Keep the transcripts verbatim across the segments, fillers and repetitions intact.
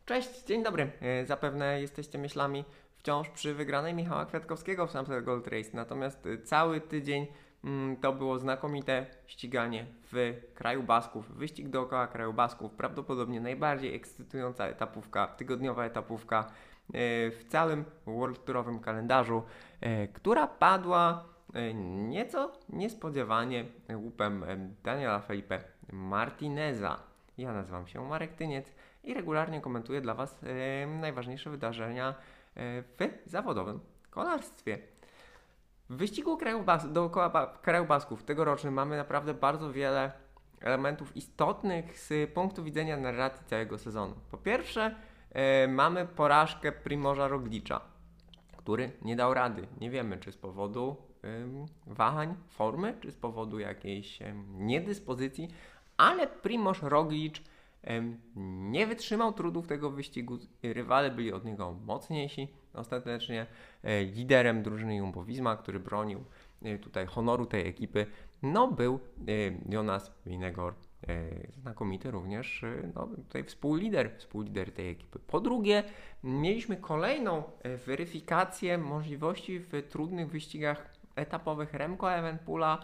Cześć, dzień dobry. E, Zapewne jesteście myślami wciąż przy wygranej Michała Kwiatkowskiego w Sunset Gold Race, natomiast e, cały tydzień mm, to było znakomite ściganie w kraju Basków. Wyścig dookoła kraju Basków, prawdopodobnie najbardziej ekscytująca etapówka, tygodniowa etapówka e, w całym World Tourowym kalendarzu, e, która padła e, nieco niespodziewanie łupem e, Daniela Felipe Martineza. Ja nazywam się Marek Tyniec i regularnie komentuję dla Was e, najważniejsze wydarzenia e, w zawodowym kolarstwie. W wyścigu kraju Bas- dookoła ba- kraju Basków tegorocznym mamy naprawdę bardzo wiele elementów istotnych z punktu widzenia narracji całego sezonu. Po pierwsze, e, mamy porażkę Primoża Roglicza, który nie dał rady. Nie wiemy, czy z powodu ym, wahań formy, czy z powodu jakiejś ym, niedyspozycji, ale Primož Roglič ym, nie wytrzymał trudów tego wyścigu. Rywale byli od niego mocniejsi. Ostatecznie y, liderem drużyny Jumbo-Visma, który bronił y, tutaj honoru tej ekipy, no był y, Jonas Vingegaard. y, Znakomity również y, no, tutaj współlider, współlider tej ekipy. Po drugie, mieliśmy kolejną y, weryfikację możliwości w trudnych wyścigach etapowych Remco Evenepoela,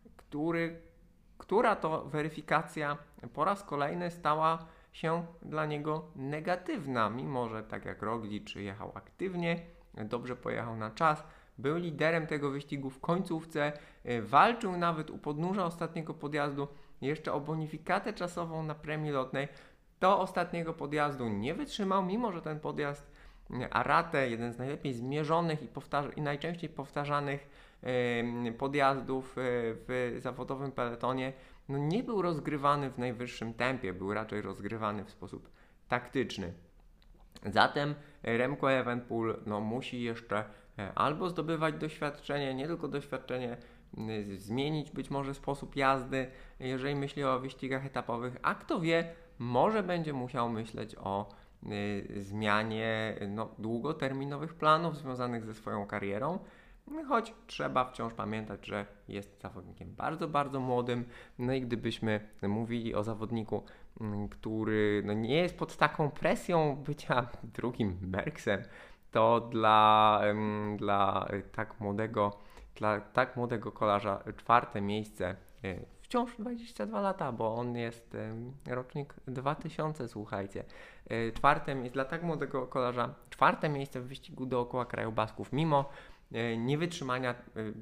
który, która to weryfikacja po raz kolejny stała się dla niego negatywna, mimo że tak jak Roglic jechał aktywnie, dobrze pojechał na czas, był liderem tego wyścigu w końcówce, y, walczył nawet u podnóża ostatniego podjazdu jeszcze o bonifikatę czasową na premii lotnej. Do ostatniego podjazdu nie wytrzymał, mimo że ten podjazd y, Arate, jeden z najlepiej zmierzonych i, powtarza- i najczęściej powtarzanych y, podjazdów y, w zawodowym peletonie, no nie był rozgrywany w najwyższym tempie, był raczej rozgrywany w sposób taktyczny. Zatem Remco Evenepoel no, musi jeszcze e, albo zdobywać doświadczenie, nie tylko doświadczenie, y, zmienić być może sposób jazdy, jeżeli myśli o wyścigach etapowych, a kto wie, może będzie musiał myśleć o y, zmianie no, długoterminowych planów związanych ze swoją karierą, choć trzeba wciąż pamiętać, że jest zawodnikiem bardzo, bardzo młodym. No i gdybyśmy mówili o zawodniku, mm, który no nie jest pod taką presją bycia drugim Merksem, to dla, em, dla tak młodego, dla tak młodego kolarza czwarte miejsce, e, wciąż dwadzieścia dwa lata, bo on jest em, rocznik dwa tysiące, słuchajcie. E, Czwarte miejsce dla tak młodego kolarza, czwarte miejsce w wyścigu dookoła kraju Basków, mimo e, niewytrzymania e,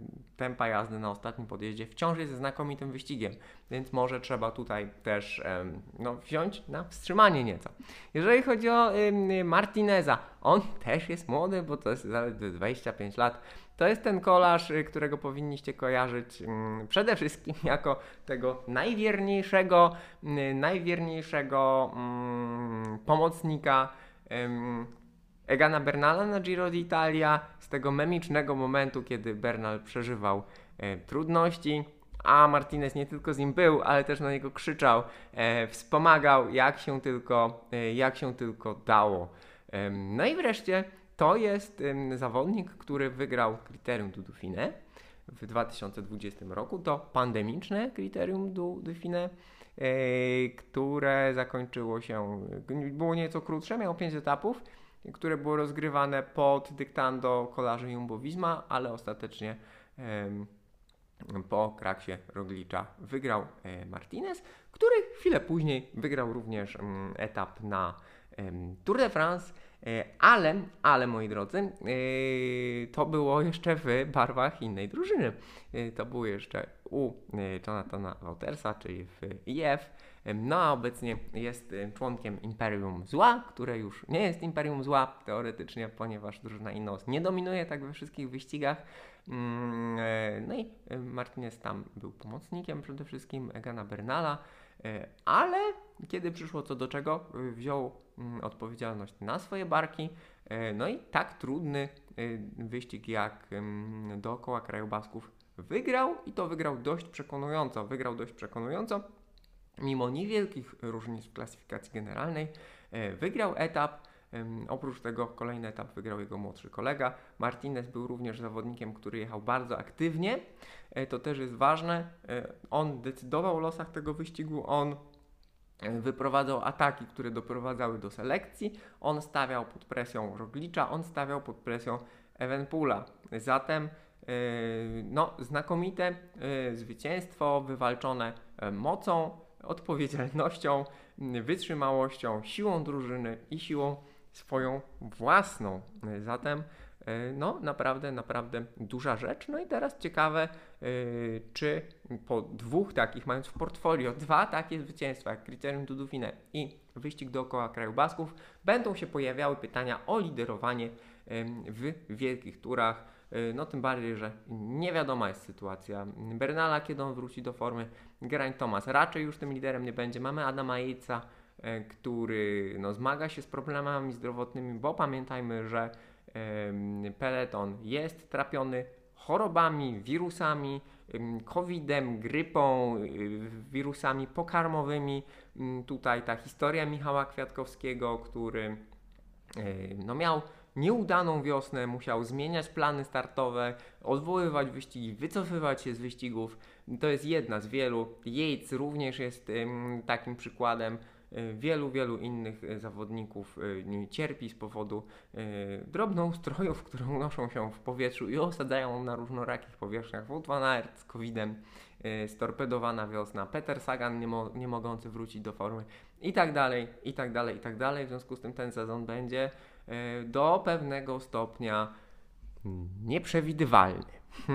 tempa jazdy na ostatnim podjeździe, wciąż jest znakomitym wyścigiem, więc może trzeba tutaj też em, no, wziąć na wstrzymanie nieco. Jeżeli chodzi o em, Martineza, on też jest młody, bo to jest zaledwie dwadzieścia pięć lat. To jest ten kolarz, y, którego powinniście kojarzyć mm, przede wszystkim jako tego najwierniejszego, y, najwierniejszego mm, pomocnika ym, Egana Bernala na Giro d'Italia, z tego memicznego momentu, kiedy Bernal przeżywał e, trudności, a Martinez nie tylko z nim był, ale też na niego krzyczał, e, wspomagał jak się tylko, e, jak się tylko dało. E, no i wreszcie to jest e, zawodnik, który wygrał kryterium du Dauphiné w dwa tysiące dwudziestym roku. To pandemiczne kryterium du Dauphiné, e, które zakończyło się, było nieco krótsze, miało pięć etapów, które było rozgrywane pod dyktando kolarzy Jumbo-Visma, ale ostatecznie em, po kraksie Roglicza wygrał e, Martinez, który chwilę później wygrał również em, etap na em, Tour de France, e, ale, ale moi drodzy, e, to było jeszcze w barwach innej drużyny. E, to było jeszcze u e, Jonathana Woutersa, czyli w I F. No a obecnie jest y, członkiem Imperium Zła, które już nie jest Imperium Zła teoretycznie, ponieważ drużyna Ineos nie dominuje tak we wszystkich wyścigach. Mm, e, No i y, Martinez tam był pomocnikiem przede wszystkim Egana Bernala, e, ale kiedy przyszło co do czego, y, wziął mm, odpowiedzialność na swoje barki. E, No i tak trudny y, wyścig jak ym, dookoła kraju Basków wygrał i to wygrał dość przekonująco. Wygrał dość przekonująco. Mimo niewielkich różnic w klasyfikacji generalnej, e, wygrał etap. Em, Oprócz tego kolejny etap wygrał jego młodszy kolega. Martinez był również zawodnikiem, który jechał bardzo aktywnie. E, To też jest ważne. E, On decydował o losach tego wyścigu. On wyprowadzał ataki, które doprowadzały do selekcji, on stawiał pod presją Roglicza, on stawiał pod presją Evenpoola. Zatem yy, no, znakomite yy, zwycięstwo wywalczone yy, mocą, odpowiedzialnością, yy, wytrzymałością, siłą drużyny i siłą swoją własną. Yy, zatem no naprawdę, naprawdę duża rzecz. No i teraz ciekawe, yy, czy po dwóch takich, mając w portfolio dwa takie zwycięstwa, jak Kryterium du Dauphiné i wyścig dookoła kraju Basków, będą się pojawiały pytania o liderowanie yy, w wielkich turach. Yy, no tym bardziej, że niewiadoma jest sytuacja Bernala, kiedy on wróci do formy. Geraint Thomas raczej już tym liderem nie będzie. Mamy Adama Yatesa, yy, który no, zmaga się z problemami zdrowotnymi, bo pamiętajmy, że peleton jest trapiony chorobami, wirusami, kowidem, grypą, wirusami pokarmowymi. Tutaj ta historia Michała Kwiatkowskiego, który no, miał nieudaną wiosnę, musiał zmieniać plany startowe, odwoływać wyścigi, wycofywać się z wyścigów. To jest jedna z wielu. Yates również jest takim przykładem. Wielu, wielu innych zawodników cierpi z powodu drobnoustrojów, które unoszą się w powietrzu i osadzają na różnorakich powierzchniach. Wout van Aert z kowidem, storpedowana wiosna, Peter Sagan nie, mo- nie mogący wrócić do formy i tak dalej, i tak dalej, i tak dalej. W związku z tym ten sezon będzie do pewnego stopnia nieprzewidywalny.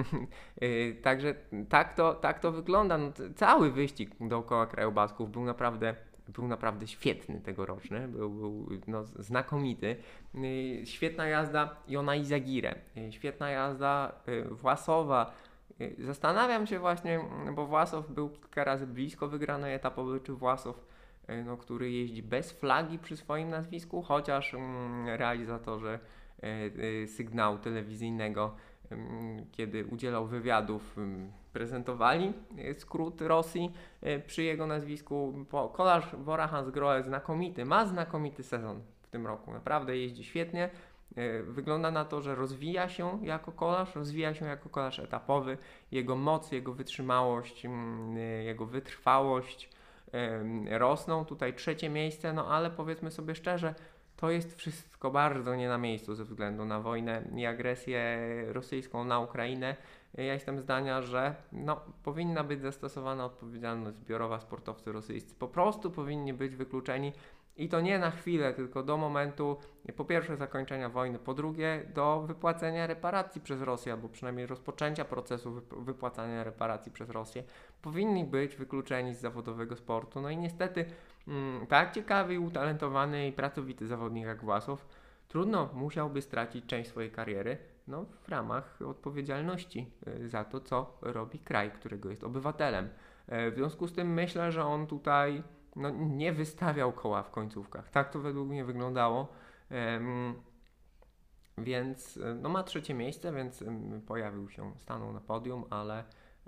Także tak to, tak to wygląda. No, cały wyścig dookoła kraju Basków był naprawdę Był naprawdę świetny tegoroczny, był, był no, znakomity. Yy, świetna jazda Jona Izagirre, yy, świetna jazda yy, Własowa. Yy, zastanawiam się właśnie, bo Własow był kilka razy blisko wygranej etapowej, czy Własow, yy, no, który jeździ bez flagi przy swoim nazwisku, chociaż yy, realizatorzy yy, yy, sygnału telewizyjnego, yy, kiedy udzielał wywiadów, yy, prezentowali skrót Rosji przy jego nazwisku. Kolarz Bora Hansgrohe znakomity, ma znakomity sezon w tym roku, naprawdę jeździ świetnie. Wygląda na to, że rozwija się jako kolarz, rozwija się jako kolarz etapowy. Jego moc, jego wytrzymałość, jego wytrwałość rosną. Tutaj trzecie miejsce, no ale powiedzmy sobie szczerze, to jest wszystko bardzo nie na miejscu ze względu na wojnę i agresję rosyjską na Ukrainę. Ja jestem zdania, że no, powinna być zastosowana odpowiedzialność zbiorowa. Sportowcy rosyjscy po prostu powinni być wykluczeni i to nie na chwilę, tylko do momentu po pierwsze zakończenia wojny, po drugie do wypłacenia reparacji przez Rosję, albo przynajmniej rozpoczęcia procesu wyp- wypłacania reparacji przez Rosję. Powinni być wykluczeni z zawodowego sportu. No i niestety mm, tak ciekawy i utalentowany i pracowity zawodnik jak Własow trudno musiałby stracić część swojej kariery, no, w ramach odpowiedzialności za to, co robi kraj, którego jest obywatelem. W związku z tym myślę, że on tutaj no, nie wystawiał koła w końcówkach. Tak to według mnie wyglądało. Um, więc no, ma trzecie miejsce, więc um, pojawił się, stanął na podium, ale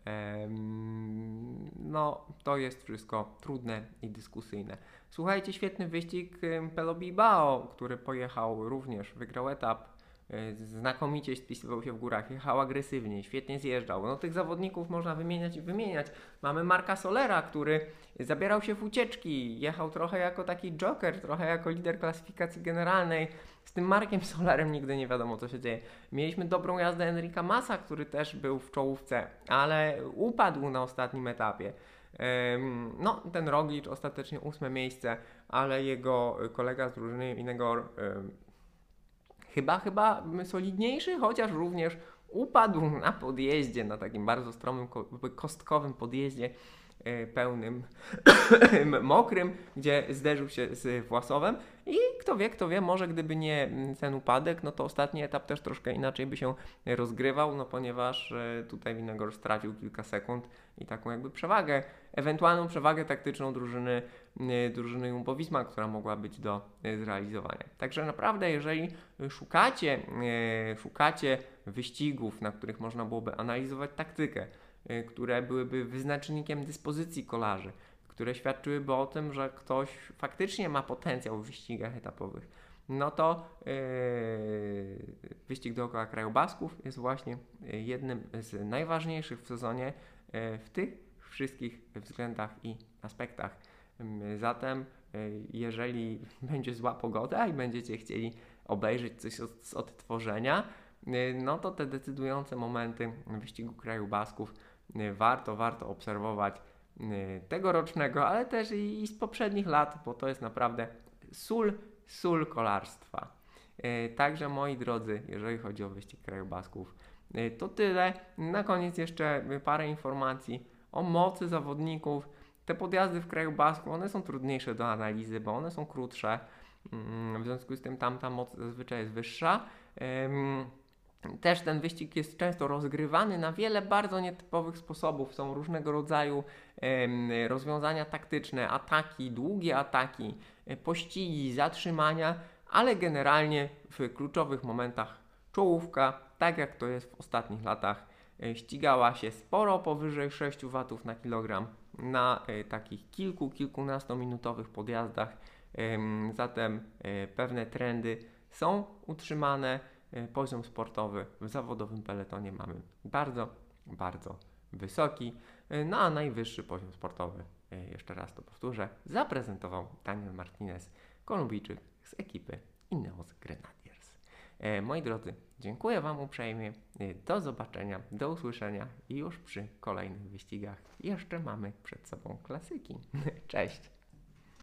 um, no, to jest wszystko trudne i dyskusyjne. Słuchajcie, świetny wyścig Pello Bilbao, który pojechał również, wygrał etap. Znakomicie spisywał się w górach, jechał agresywnie, świetnie zjeżdżał. No tych zawodników można wymieniać i wymieniać. Mamy Marka Solera, który zabierał się w ucieczki, jechał trochę jako taki joker, trochę jako lider klasyfikacji generalnej. Z tym Markiem Solerem nigdy nie wiadomo, co się dzieje. Mieliśmy dobrą jazdę Enrika Masa, który też był w czołówce, ale upadł na ostatnim etapie. No, ten Roglic ostatecznie ósme miejsce, ale jego kolega z drużyny Inegor Chyba, chyba solidniejszy, chociaż również upadł na podjeździe, na takim bardzo stromym, kostkowym podjeździe pełnym, mokrym, gdzie zderzył się z Własowem i kto wie, kto wie, może gdyby nie ten upadek, no to ostatni etap też troszkę inaczej by się rozgrywał, no ponieważ tutaj Vingegaard stracił kilka sekund i taką jakby przewagę, ewentualną przewagę taktyczną drużyny, drużyny Jumbo-Visma, która mogła być do zrealizowania. Także naprawdę, jeżeli szukacie, szukacie wyścigów, na których można byłoby analizować taktykę, które byłyby wyznacznikiem dyspozycji kolarzy, które świadczyłyby o tym, że ktoś faktycznie ma potencjał w wyścigach etapowych, no to yy, wyścig dookoła kraju Basków jest właśnie jednym z najważniejszych w sezonie yy, w tych wszystkich względach i aspektach. Zatem jeżeli będzie zła pogoda i będziecie chcieli obejrzeć coś z odtworzenia, no to te decydujące momenty wyścigu Kraju Basków warto, warto obserwować tegorocznego, ale też i z poprzednich lat, bo to jest naprawdę sól, sól kolarstwa. Także moi drodzy, jeżeli chodzi o wyścig Kraju Basków, to tyle. Na koniec jeszcze parę informacji o mocy zawodników. Te podjazdy w Kraju Basków, one są trudniejsze do analizy, bo one są krótsze, w związku z tym tam ta moc zazwyczaj jest wyższa. Też ten wyścig jest często rozgrywany na wiele bardzo nietypowych sposobów. Są różnego rodzaju rozwiązania taktyczne, ataki, długie ataki, pościgi, zatrzymania, ale generalnie w kluczowych momentach czołówka, tak jak to jest w ostatnich latach, ścigała się sporo powyżej sześć watów na kilogram na y, takich kilku, kilkunastominutowych podjazdach. Ym, zatem y, pewne trendy są utrzymane. Y, poziom sportowy w zawodowym peletonie mamy bardzo, bardzo wysoki. Y, no a najwyższy poziom sportowy, y, jeszcze raz to powtórzę, zaprezentował Daniel Martinez, Kolumbijczyk z ekipy Ineos Grenadiers. Y, moi drodzy, dziękuję Wam uprzejmie. Do zobaczenia, do usłyszenia i już przy kolejnych wyścigach. Jeszcze mamy przed sobą klasyki. Cześć!